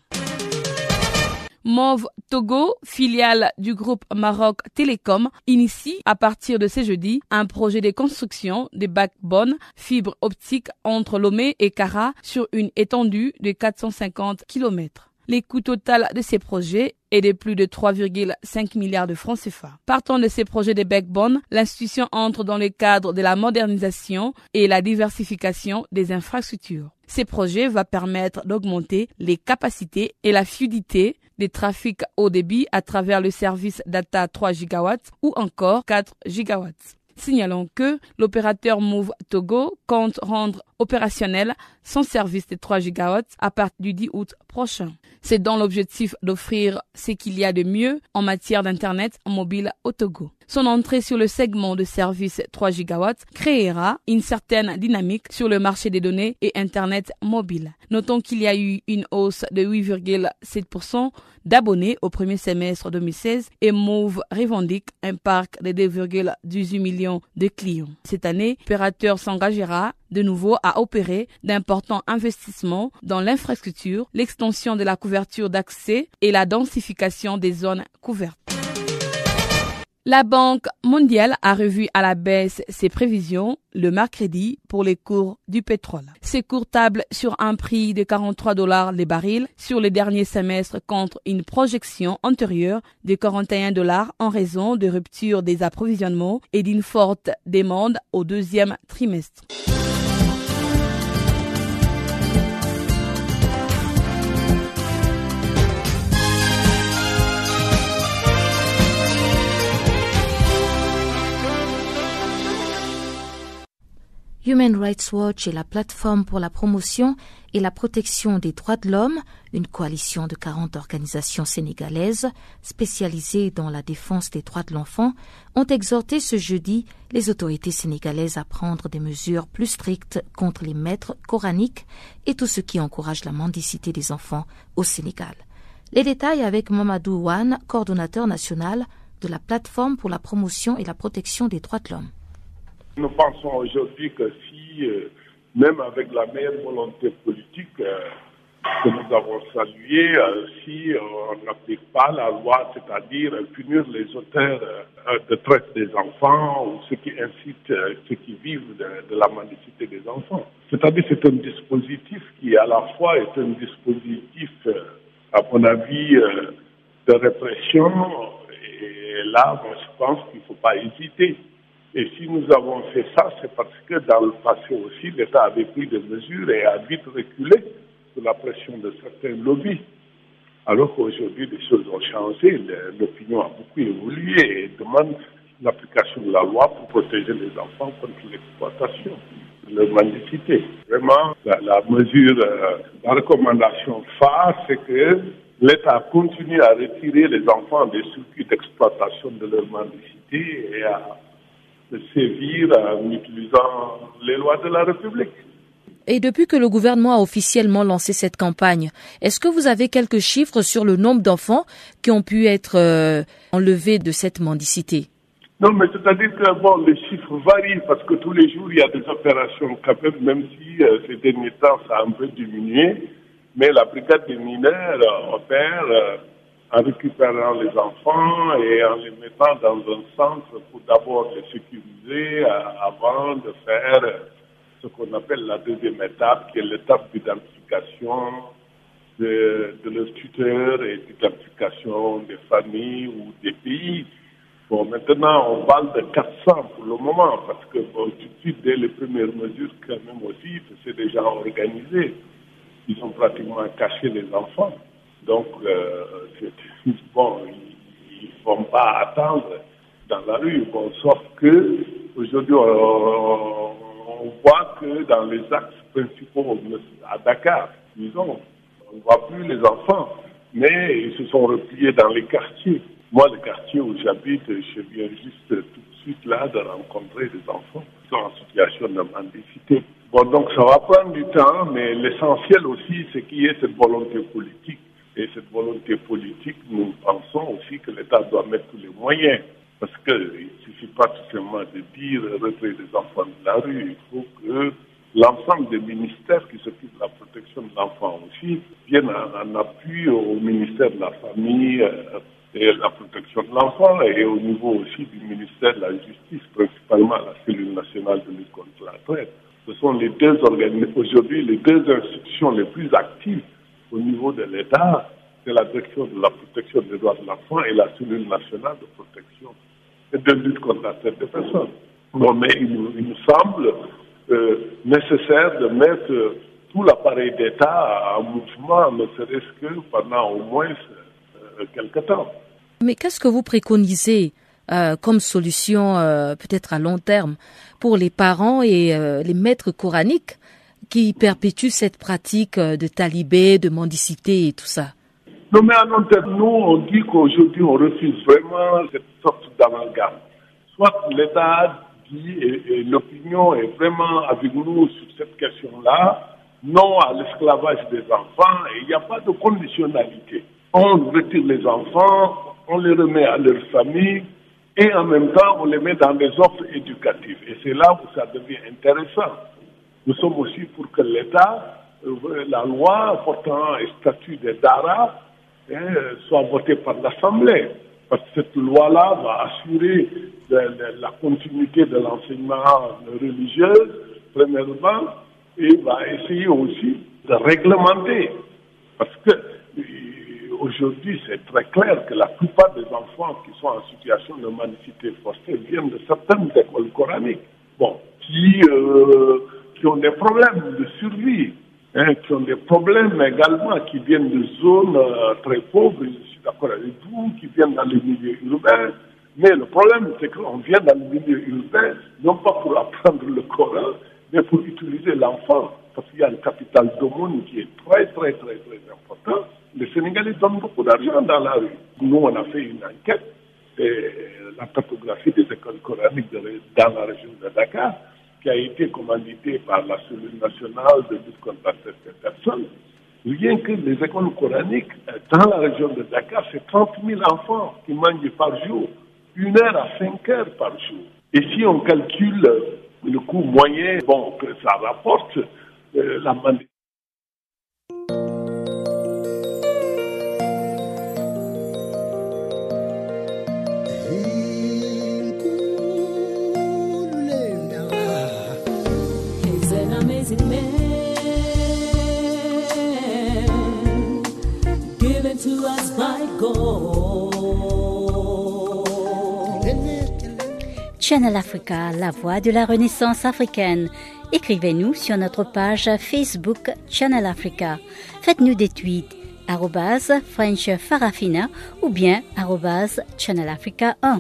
Speaker 8: Move Togo, filiale du groupe Maroc Télécom, initie à partir de ce jeudi un projet de construction de backbone fibre optique entre Lomé et Kara sur une étendue de 450 km. Les coûts total de ces projets est de plus de 3,5 milliards de francs CFA. Partant de ces projets de backbone, l'institution entre dans le cadre de la modernisation et la diversification des infrastructures. Ces projets vont permettre d'augmenter les capacités et la fluidité des trafics haut débit à travers le service data 3 gigawatts ou encore 4 gigawatts. Signalons que l'opérateur Move Togo compte rendre opérationnel son service de 3 gigawatts à partir du 10 août prochain. C'est dans l'objectif d'offrir ce qu'il y a de mieux en matière d'Internet mobile au Togo. Son entrée sur le segment de service 3 gigawatts créera une certaine dynamique sur le marché des données et Internet mobile. Notons qu'il y a eu une hausse de 8,7% d'abonnés au premier semestre 2016 et Move revendique un parc de 2,18 millions de clients. Cette année, l'opérateur s'engagera de nouveau à opérer d'importants investissements dans l'infrastructure, l'extension de la couverture d'accès et la densification des zones couvertes. La Banque mondiale a revu à la baisse ses prévisions le mercredi pour les cours du pétrole. Ces cours tablent sur un prix de $43 les barils sur le dernier semestre contre une projection antérieure de $41 en raison de rupture des approvisionnements et d'une forte demande au deuxième trimestre.
Speaker 1: Human Rights Watch est la plateforme pour la promotion et la protection des droits de l'homme, une coalition de 40 organisations sénégalaises spécialisées dans la défense des droits de l'enfant, ont exhorté ce jeudi les autorités sénégalaises à prendre des mesures plus strictes contre les maîtres coraniques et tout ce qui encourage la mendicité des enfants au Sénégal. Les détails avec Mamadou Wan, coordonnateur national de la plateforme pour la promotion et la protection des droits de l'homme.
Speaker 9: Nous pensons aujourd'hui que si, même avec la meilleure volonté politique que nous avons saluée, si on n'applique pas la loi, c'est-à-dire punir les auteurs de traite des enfants ou ceux qui incitent, ceux qui vivent de la mendicité des enfants. C'est-à-dire c'est un dispositif qui à la fois est un dispositif, à mon avis, de répression. Et là, moi, je pense qu'il ne faut pas hésiter. Et si nous avons fait ça, c'est parce que dans le passé aussi, l'État avait pris des mesures et a vite reculé sous la pression de certains lobbies. Alors qu'aujourd'hui, les choses ont changé, l'opinion a beaucoup évolué et demande l'application de la loi pour protéger les enfants contre l'exploitation, leur mendicité. Vraiment, la mesure, la recommandation phare, c'est que l'État continue à retirer les enfants des circuits d'exploitation de leur mendicité et à de sévir en utilisant les lois de la République.
Speaker 1: Et depuis que le gouvernement a officiellement lancé cette campagne, est-ce que vous avez quelques chiffres sur le nombre d'enfants qui ont pu être enlevés de cette mendicité?
Speaker 9: Non, mais c'est-à-dire que les chiffres varient parce que tous les jours il y a des opérations quand même si ces derniers temps ça a un peu diminué, mais la brigade des mineurs opère en récupérant les enfants et en les mettant dans un centre pour d'abord les sécuriser avant de faire ce qu'on appelle la deuxième étape, qui est l'étape d'identification de leurs tuteurs et d'identification des familles ou des pays. Bon, maintenant, on parle de 400 pour le moment, parce que tout de suite, dès les premières mesures, quand même aussi, c'est déjà organisé. Ils ont pratiquement caché les enfants. Donc, ils ne vont pas attendre dans la rue. Bon, sauf que aujourd'hui, on voit que dans les axes principaux à Dakar, disons, on ne voit plus les enfants, mais ils se sont repliés dans les quartiers. Moi, le quartier où j'habite, je viens juste tout de suite là de rencontrer des enfants qui sont en situation de mendicité. Bon, donc ça va prendre du temps, mais l'essentiel aussi, c'est qu'il y ait cette volonté politique. Et cette volonté politique, nous pensons aussi que l'État doit mettre tous les moyens. Parce qu'il ne suffit pas tout simplement de dire retrait des enfants de la rue. Il faut que l'ensemble des ministères qui s'occupent de la protection de l'enfant aussi viennent en appui au ministère de la Famille et de la protection de l'enfant et au niveau aussi du ministère de la Justice, principalement la cellule nationale de lutte contre la traite. Ce sont les deux aujourd'hui les deux institutions les plus actives au niveau de l'État, c'est la direction de la protection des droits de l'enfant et la cellule nationale de protection et de lutte contre la traite des personnes. Bon, mais il nous semble nécessaire de mettre tout l'appareil d'État en mouvement, ne serait-ce que pendant au moins quelque temps.
Speaker 1: Mais qu'est-ce que vous préconisez comme solution, peut-être à long terme, pour les parents et les maîtres coraniques qui perpétuent cette pratique de talibé, de mendicité et tout ça?
Speaker 9: Non, mais à long terme, nous, on dit qu'aujourd'hui, on refuse vraiment cette sorte d'amalgame. Soit l'État dit, et l'opinion est vraiment avec nous sur cette question-là, non à l'esclavage des enfants, et il n'y a pas de conditionnalité. on retire les enfants, on les remet à leur famille et en même temps on les met dans des offres éducatives. Et c'est là où ça devient intéressant. Nous sommes aussi pour que l'État, la loi portant un statut des Dara, soit votée par l'Assemblée. Parce que cette loi-là va assurer la continuité de l'enseignement religieux, premièrement, et va essayer aussi de réglementer. Parce que aujourd'hui, c'est très clair que la plupart des enfants qui sont en situation de mendicité forcée viennent de certaines écoles coraniques, qui ont des problèmes de survie, qui ont des problèmes également, qui viennent de zones très pauvres, je suis d'accord avec vous, qui viennent dans les milieux urbains. Mais le problème, c'est qu'on vient dans le milieu urbain, non pas pour apprendre le Coran, mais pour utiliser l'enfant. Parce qu'il y a un capital d'aumône qui est très, très, très, très important. Les Sénégalais donnent beaucoup d'argent dans la rue. Nous, on a fait une enquête, la cartographie des écoles coraniques dans la région de Dakar, qui a été commanditée par la cellule nationale de lutte contre la traite des personnes. Rien que les écoles coraniques, dans la région de Dakar, c'est 30 000 enfants qui mangent par jour, 1 heure à 5 heures par jour. Et si on calcule le coût moyen que ça rapporte, la mendicité.
Speaker 7: Channel Africa, la voix de la Renaissance africaine. Écrivez-nous sur notre page Facebook Channel Africa. Faites-nous des tweets @French Farafina ou bien @Channel Africa 1.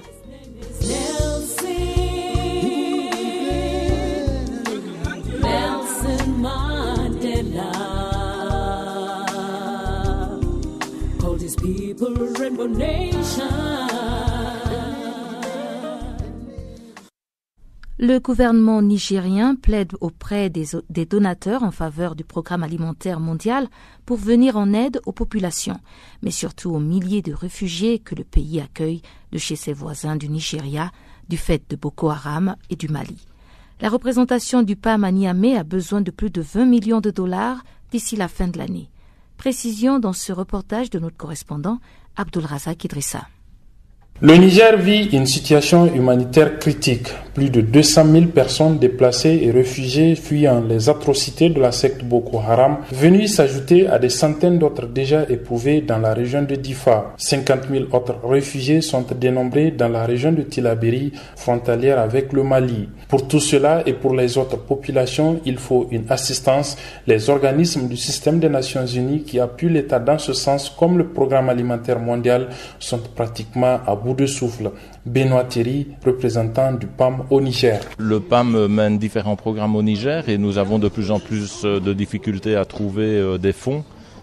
Speaker 1: Le gouvernement nigérien plaide auprès des donateurs en faveur du programme alimentaire mondial pour venir en aide aux populations, mais surtout aux milliers de réfugiés que le pays accueille de chez ses voisins du Nigeria, du fait de Boko Haram et du Mali. La représentation du PAM à Niamey a besoin de plus de 20 millions de dollars d'ici la fin de l'année. Précision dans ce reportage de notre correspondant Abdulrazak Idrissa.
Speaker 10: Le Niger vit une situation humanitaire critique. Plus de 200 000 personnes déplacées et réfugiées fuyant les atrocités de la secte Boko Haram, venues s'ajouter à des centaines d'autres déjà éprouvés dans la région de Difa. 50 000 autres réfugiés sont dénombrés dans la région de Tillabéri, frontalière avec le Mali. Pour tout cela et pour les autres populations, il faut une assistance. Les organismes du système des Nations Unies qui appuient l'État dans ce sens, comme le Programme alimentaire mondial, sont pratiquement à bout de souffle. Benoît Thierry, représentant du PAM au Niger.
Speaker 11: Le PAM mène différents programmes au Niger et nous avons de plus en plus de difficultés à trouver des fonds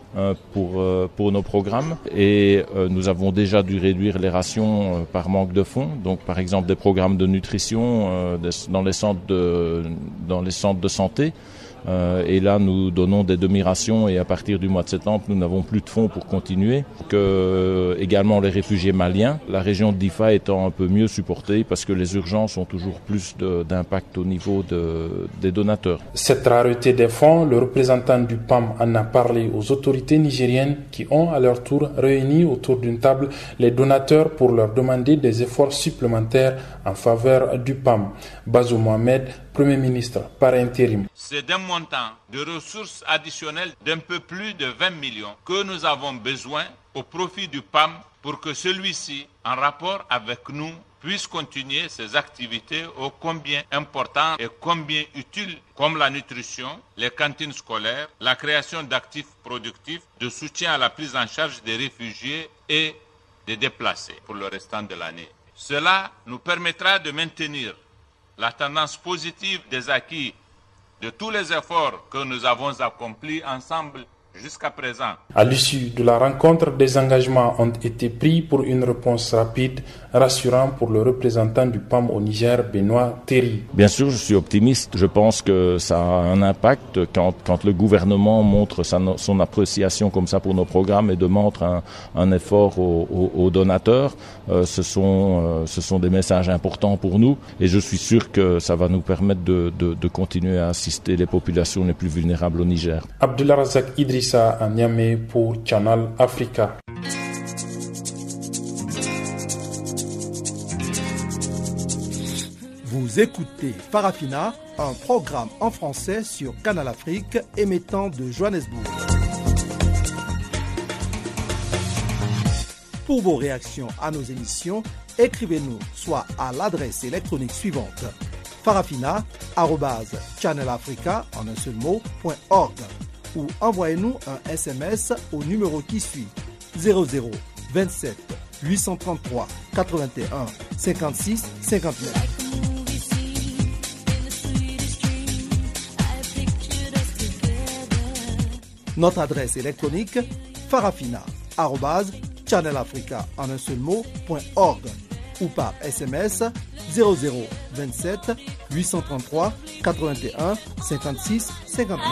Speaker 11: pour nos programmes et nous avons déjà dû réduire les rations par manque de fonds. Donc par exemple des programmes de nutrition dans les centres de santé. Et là, nous donnons des demi-rations et à partir du mois de septembre, nous n'avons plus de fonds pour continuer. Également les réfugiés maliens, la région de Difa étant un peu mieux supportée parce que les urgences ont toujours plus d'impact au niveau des donateurs.
Speaker 10: Cette rareté des fonds, le représentant du PAM en a parlé aux autorités nigériennes qui ont à leur tour réuni autour d'une table les donateurs pour leur demander des efforts supplémentaires en faveur du PAM. Bazoum Mohamed, Premier ministre par intérim.
Speaker 12: C'est d'un montant de ressources additionnelles d'un peu plus de 20 millions que nous avons besoin au profit du PAM pour que celui-ci, en rapport avec nous, puisse continuer ses activités ô combien importantes et combien utiles comme la nutrition, les cantines scolaires, la création d'actifs productifs, de soutien à la prise en charge des réfugiés et des déplacés pour le restant de l'année. Cela nous permettra de maintenir la tendance positive des acquis de tous les efforts que nous avons accomplis ensemble jusqu'à présent.
Speaker 10: À l'issue de la rencontre, des engagements ont été pris pour une réponse rapide, rassurant pour le représentant du PAM au Niger, Benoît Terry.
Speaker 11: Bien sûr, je suis optimiste. Je pense que ça a un impact quand le gouvernement montre son appréciation comme ça pour nos programmes et demande un effort aux donateurs. Ce sont des messages importants pour nous et je suis sûr que ça va nous permettre de continuer à assister les populations les plus vulnérables au Niger.
Speaker 10: Abdullah Razak Idrissa à Niamey pour Channel Africa.
Speaker 2: Vous écoutez Farafina, un programme en français sur Canal Afrique émettant de Johannesburg. Pour vos réactions à nos émissions, écrivez-nous soit à l'adresse électronique suivante farafina@channelafrica en un seul mot.org ou envoyez-nous un SMS au numéro qui suit 00 27 833 81 56 59. Notre adresse électronique farafina@channelafrica en un seul mot.org ou par SMS 0027 833 81 56 59.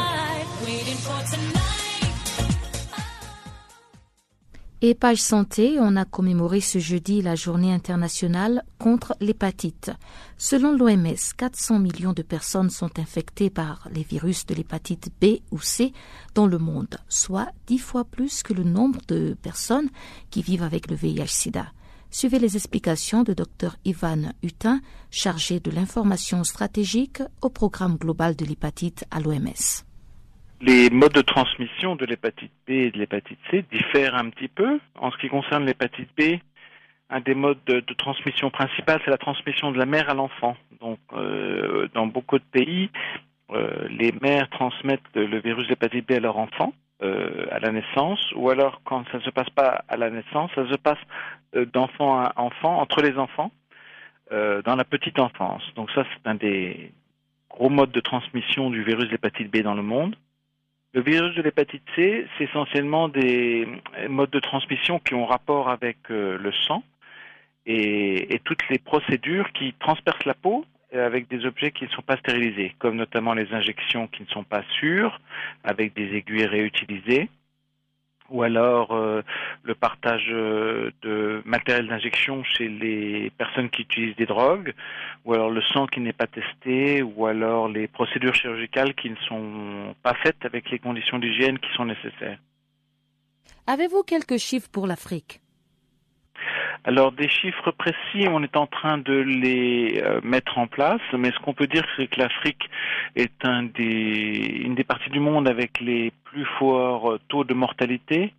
Speaker 1: Et page santé, on a commémoré ce jeudi la journée internationale contre l'hépatite. Selon l'OMS, 400 millions de personnes sont infectées par les virus de l'hépatite B ou C dans le monde, soit 10 fois plus que le nombre de personnes qui vivent avec le VIH-Sida. Suivez les explications de Dr Ivan Hutin, chargé de l'information stratégique au programme global de l'hépatite à l'OMS.
Speaker 13: Les modes de transmission de l'hépatite B et de l'hépatite C diffèrent un petit peu. En ce qui concerne l'hépatite B, un des modes de transmission principal, c'est la transmission de la mère à l'enfant. Donc, dans beaucoup de pays, les mères transmettent le virus d'hépatite B à leur enfant à la naissance, ou alors quand ça ne se passe pas à la naissance, ça se passe d'enfant à enfant, entre les enfants, dans la petite enfance. Donc ça, c'est un des gros modes de transmission du virus d'hépatite B dans le monde. Le virus de l'hépatite C, c'est essentiellement des modes de transmission qui ont rapport avec le sang et toutes les procédures qui transpercent la peau avec des objets qui ne sont pas stérilisés, comme notamment les injections qui ne sont pas sûres, avec des aiguilles réutilisées, ou alors le partage de matériel d'injection chez les personnes qui utilisent des drogues, ou alors le sang qui n'est pas testé, ou alors les procédures chirurgicales qui ne sont pas faites avec les conditions d'hygiène qui sont nécessaires.
Speaker 1: Avez-vous quelques chiffres pour l'Afrique ?
Speaker 13: Alors, des chiffres précis, on est en train de les mettre en place, mais ce qu'on peut dire, c'est que l'Afrique est une des parties du monde avec les plus forts taux de mortalité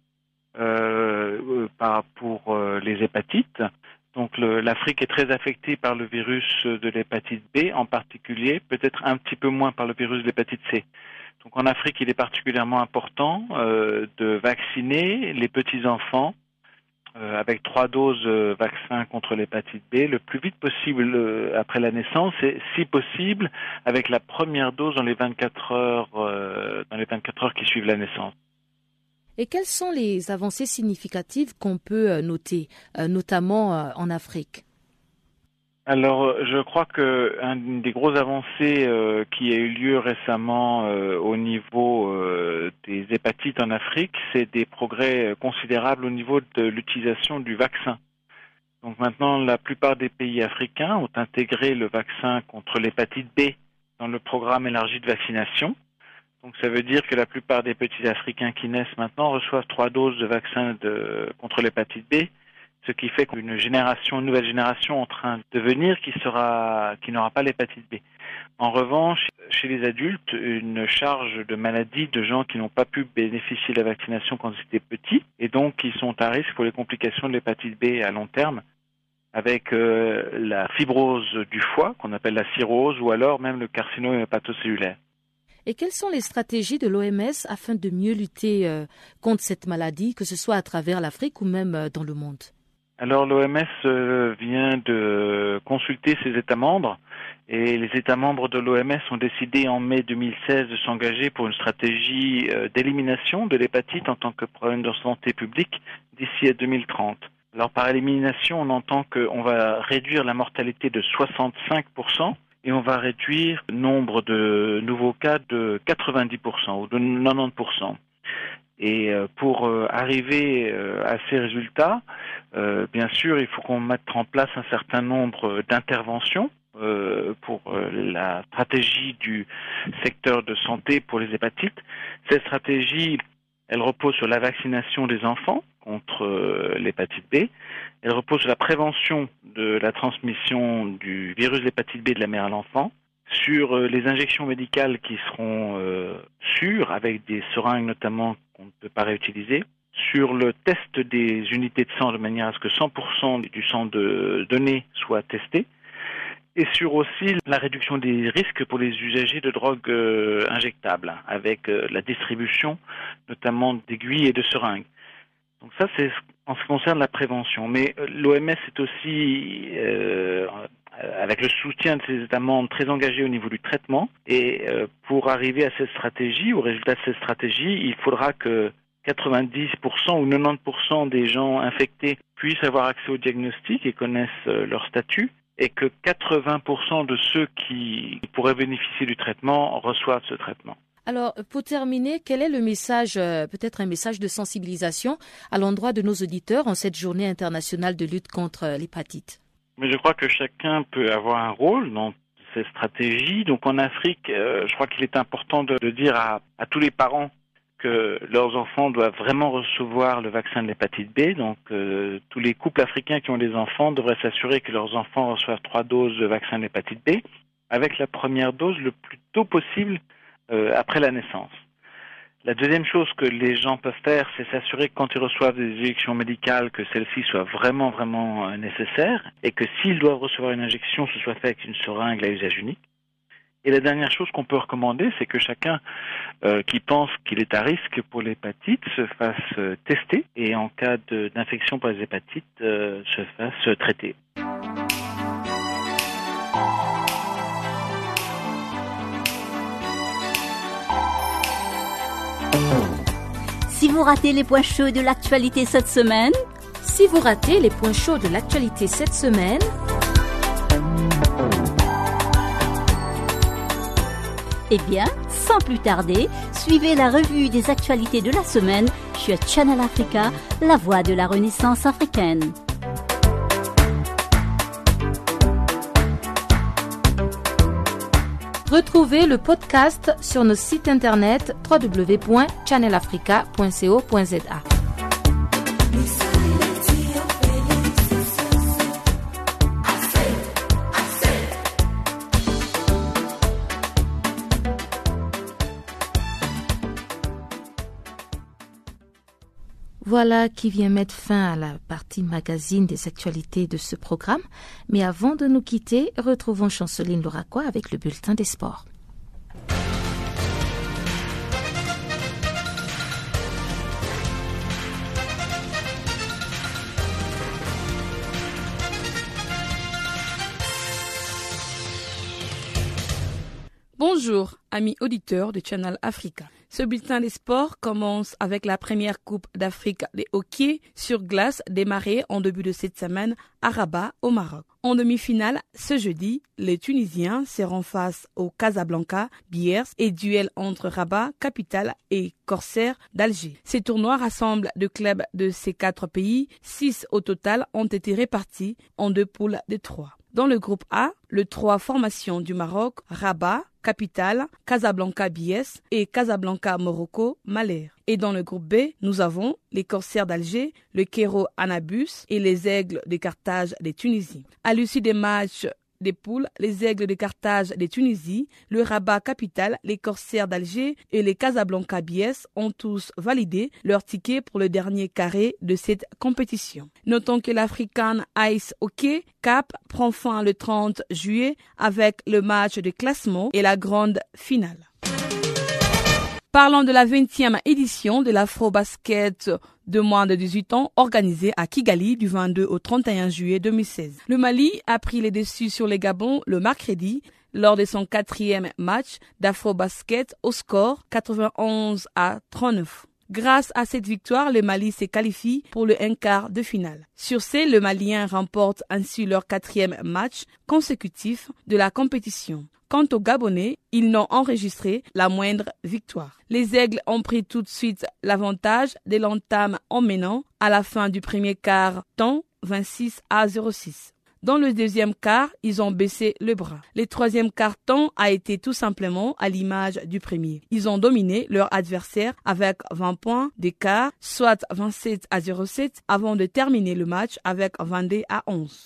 Speaker 13: pour les hépatites. Donc, l'Afrique est très affectée par le virus de l'hépatite B, en particulier, peut-être un petit peu moins par le virus de l'hépatite C. Donc, en Afrique, il est particulièrement important de vacciner les petits-enfants avec 3 doses vaccin contre l'hépatite B le plus vite possible après la naissance et si possible avec la première dose dans les 24 heures qui suivent la naissance.
Speaker 1: Et quelles sont les avancées significatives qu'on peut noter, notamment en Afrique ?
Speaker 13: Alors, je crois que une des grosses avancées qui a eu lieu récemment au niveau des hépatites en Afrique, c'est des progrès considérables au niveau de l'utilisation du vaccin. Donc maintenant, la plupart des pays africains ont intégré le vaccin contre l'hépatite B dans le programme élargi de vaccination. Donc ça veut dire que la plupart des petits Africains qui naissent maintenant reçoivent 3 doses de vaccin contre l'hépatite B. Ce qui fait qu'une nouvelle génération en train de venir qui n'aura pas l'hépatite B. En revanche, chez les adultes, une charge de maladie de gens qui n'ont pas pu bénéficier de la vaccination quand ils étaient petits et donc qui sont à risque pour les complications de l'hépatite B à long terme avec la fibrose du foie qu'on appelle la cirrhose ou alors même le carcinome hépatocellulaire.
Speaker 1: Et quelles sont les stratégies de l'OMS afin de mieux lutter contre cette maladie, que ce soit à travers l'Afrique ou même dans le monde ?
Speaker 13: Alors l'OMS vient de consulter ses États membres Et les États membres de l'OMS ont décidé en mai 2016 de s'engager pour une stratégie d'élimination de l'hépatite en tant que problème de santé publique d'ici à 2030. Alors par élimination, on entend qu'on va réduire la mortalité de 65% et on va réduire le nombre de nouveaux cas de 90% ou de 90%. Et pour arriver à ces résultats, bien sûr, il faut qu'on mette en place un certain nombre d'interventions pour la stratégie du secteur de santé pour les hépatites. Cette stratégie, elle repose sur la vaccination des enfants contre l'hépatite B. Elle repose sur la prévention de la transmission du virus de l'hépatite B de la mère à l'enfant, sur les injections médicales qui seront sûres, avec des seringues notamment qu'on ne peut pas réutiliser, sur le test des unités de sang de manière à ce que 100% du sang donné soit testé, et sur aussi la réduction des risques pour les usagers de drogues injectables, avec la distribution notamment d'aiguilles et de seringues. Donc ça, c'est en ce qui concerne la prévention. Mais l'OMS est aussi, avec le soutien de ses États membres, très engagé au niveau du traitement. Et pour arriver à cette stratégie, au résultat de cette stratégie, il faudra que 90% ou 90% des gens infectés puissent avoir accès au diagnostic et connaissent leur statut, et que 80% de ceux qui pourraient bénéficier du traitement reçoivent ce traitement.
Speaker 1: Alors, pour terminer, quel est le message, peut-être un message de sensibilisation à l'endroit de nos auditeurs en cette journée internationale de lutte contre l'hépatite?
Speaker 13: Mais je crois que chacun peut avoir un rôle dans ces stratégies. Donc en Afrique, je crois qu'il est important de dire à tous les parents que leurs enfants doivent vraiment recevoir le vaccin de l'hépatite B. Donc tous les couples africains qui ont des enfants devraient s'assurer que leurs enfants reçoivent 3 doses de vaccin de l'hépatite B, avec la première dose le plus tôt possible après la naissance. La deuxième chose que les gens peuvent faire, c'est s'assurer que quand ils reçoivent des injections médicales, que celles-ci soient vraiment, vraiment nécessaires, et que s'ils doivent recevoir une injection, ce soit fait avec une seringue à usage unique. Et la dernière chose qu'on peut recommander, c'est que chacun qui pense qu'il est à risque pour l'hépatite se fasse tester et en cas d'infection par les hépatites, se fasse traiter.
Speaker 7: Si vous ratez les points chauds de l'actualité cette semaine, eh bien, sans plus tarder, suivez la revue des actualités de la semaine sur Channel Africa, la voix de la Renaissance africaine.
Speaker 1: Retrouvez le podcast sur nos sites internet www.channelafrica.co.za. Voilà qui vient mettre fin à la partie magazine des actualités de ce programme. Mais avant de nous quitter, retrouvons Chanceline Louraquois avec le bulletin des sports.
Speaker 8: Bonjour, amis auditeurs de Channel Africa. Ce bulletin des sports commence avec la première Coupe d'Afrique de hockey sur glace démarrée en début de cette semaine à Rabat, au Maroc. En demi-finale, ce jeudi, les Tunisiens seront face au Casablanca Bears et duel entre Rabat, capitale, et Corsair d'Alger. Ces tournois rassemblent deux clubs de ces 4 pays. 6 au total ont été répartis en 2 poules de 3. Dans le groupe A, les 3 formations du Maroc, Rabat, capitale, Casablanca BS et Casablanca Morocco Malher. Et dans le groupe B, nous avons les Corsaires d'Alger, le Cairo Anabus et les Aigles de Carthage de Tunisie. À l'issue des matchs des poules, les Aigles de Carthage de Tunisie, le Rabat capitale, les Corsaires d'Alger et les Casablanca BS ont tous validé leur ticket pour le dernier carré de cette compétition. Notons que l'African Ice Hockey Cup prend fin le 30 juillet avec le match de classement et la grande finale. Parlons de la 20e édition de l'Afro-Basket de moins de 18 ans organisée à Kigali du 22 au 31 juillet 2016. Le Mali a pris les dessus sur les Gabon le mercredi lors de son 4e match d'Afro-Basket au score 91-39. Grâce à cette victoire, le Mali se qualifie pour le 1/4 de finale. Sur ce, le Malien remporte ainsi leur 4e match consécutif de la compétition. Quant aux Gabonais, ils n'ont enregistré la moindre victoire. Les Aigles ont pris tout de suite l'avantage de l'entame en menant à la fin du premier quart-temps 26-06. Dans le deuxième quart, ils ont baissé le bras. Le troisième quart-temps a été tout simplement à l'image du premier. Ils ont dominé leur adversaire avec 20 points d'écart, soit 27-07, avant de terminer le match avec 22-11.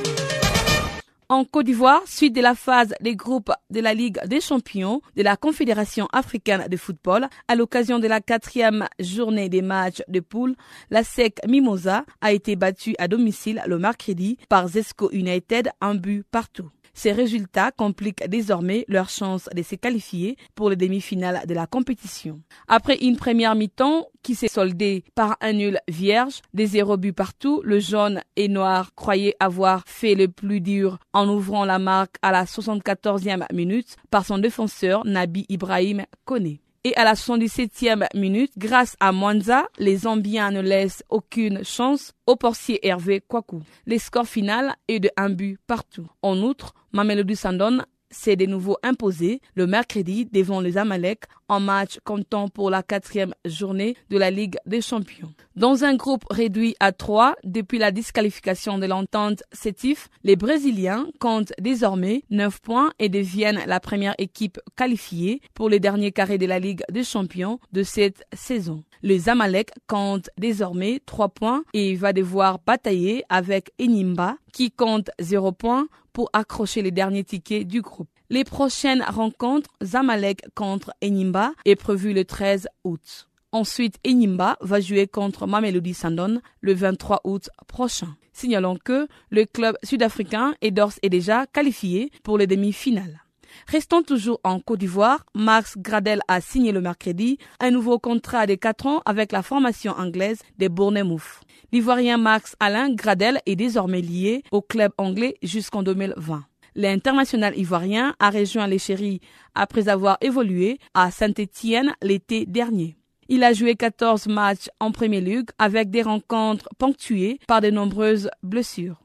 Speaker 8: En Côte d'Ivoire, suite de la phase des groupes de la Ligue des champions de la Confédération africaine de football, à l'occasion de la 4e journée des matchs de poule, la SEC Mimosa a été battue à domicile le mercredi par Zesco United, 1 but partout. Ces résultats compliquent désormais leur chance de se qualifier pour les demi-finales de la compétition. Après une première mi-temps qui s'est soldée par un nul vierge, des 0 buts partout, le jaune et noir croyait avoir fait le plus dur en ouvrant la marque à la 74e minute par son défenseur Nabi Ibrahim Koné. Et à la 77e minute, grâce à Mwanza, les Zambiens ne laissent aucune chance au portier Hervé Kwaku. Le score final est de 1 but partout. En outre, Mamelodi Sundowns s'est de nouveau imposé le mercredi devant les Zamalek en match comptant pour la 4e journée de la Ligue des champions. Dans un groupe réduit à 3 depuis la disqualification de l'entente Sétif, les Brésiliens comptent désormais 9 points et deviennent la première équipe qualifiée pour les derniers carrés de la Ligue des champions de cette saison. Le Zamalek compte désormais 3 points et va devoir batailler avec Enyimba qui compte 0 points pour accrocher les derniers tickets du groupe. Les prochaines rencontres Zamalek contre Enyimba est prévue le 13 août. Ensuite, Enyimba va jouer contre Mamelodi Sundowns le 23 août prochain. Signalons que le club sud-africain est d'ores et déjà qualifié pour les demi-finales. Restons toujours en Côte d'Ivoire, Max Gradel a signé le mercredi un nouveau contrat de 4 ans avec la formation anglaise des Bournemouth. L'Ivoirien Max Alain Gradel est désormais lié au club anglais jusqu'en 2020. L'international ivoirien a rejoint les Chéris après avoir évolué à Saint-Étienne l'été dernier. Il a joué 14 matchs en Premier League avec des rencontres ponctuées par de nombreuses blessures.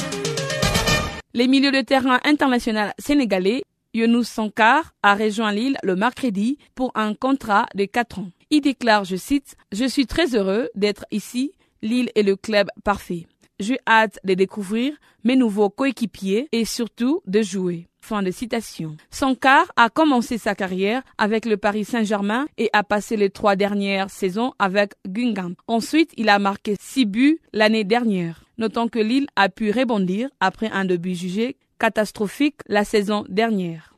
Speaker 8: Les milieux de terrain international sénégalais Younous Sankar a rejoint Lille le mercredi pour un contrat de 4 ans. Il déclare, je cite, « Je suis très heureux d'être ici. Lille est le club parfait. J'ai hâte de découvrir mes nouveaux coéquipiers et surtout de jouer. » Fin de citation. Sankar a commencé sa carrière avec le Paris Saint-Germain et a passé les 3 dernières saisons avec Guingamp. Ensuite, il a marqué 6 buts l'année dernière. Notons que Lille a pu rebondir après un début jugé catastrophique la saison dernière.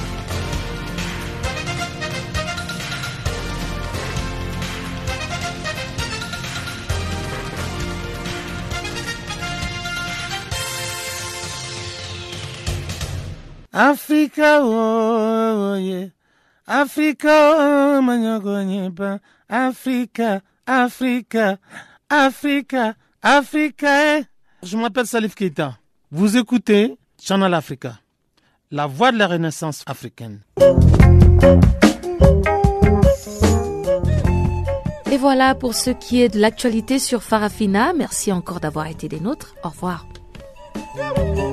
Speaker 14: Africa, oh yeah. Africa, oh manyogonyepa. Africa, Africa, Africa, Africa. Je m'appelle Salif Keita. Vous écoutez Channel Africa, la voix de la Renaissance africaine.
Speaker 1: Et voilà pour ce qui est de l'actualité sur Farafina. Merci encore d'avoir été des nôtres. Au revoir.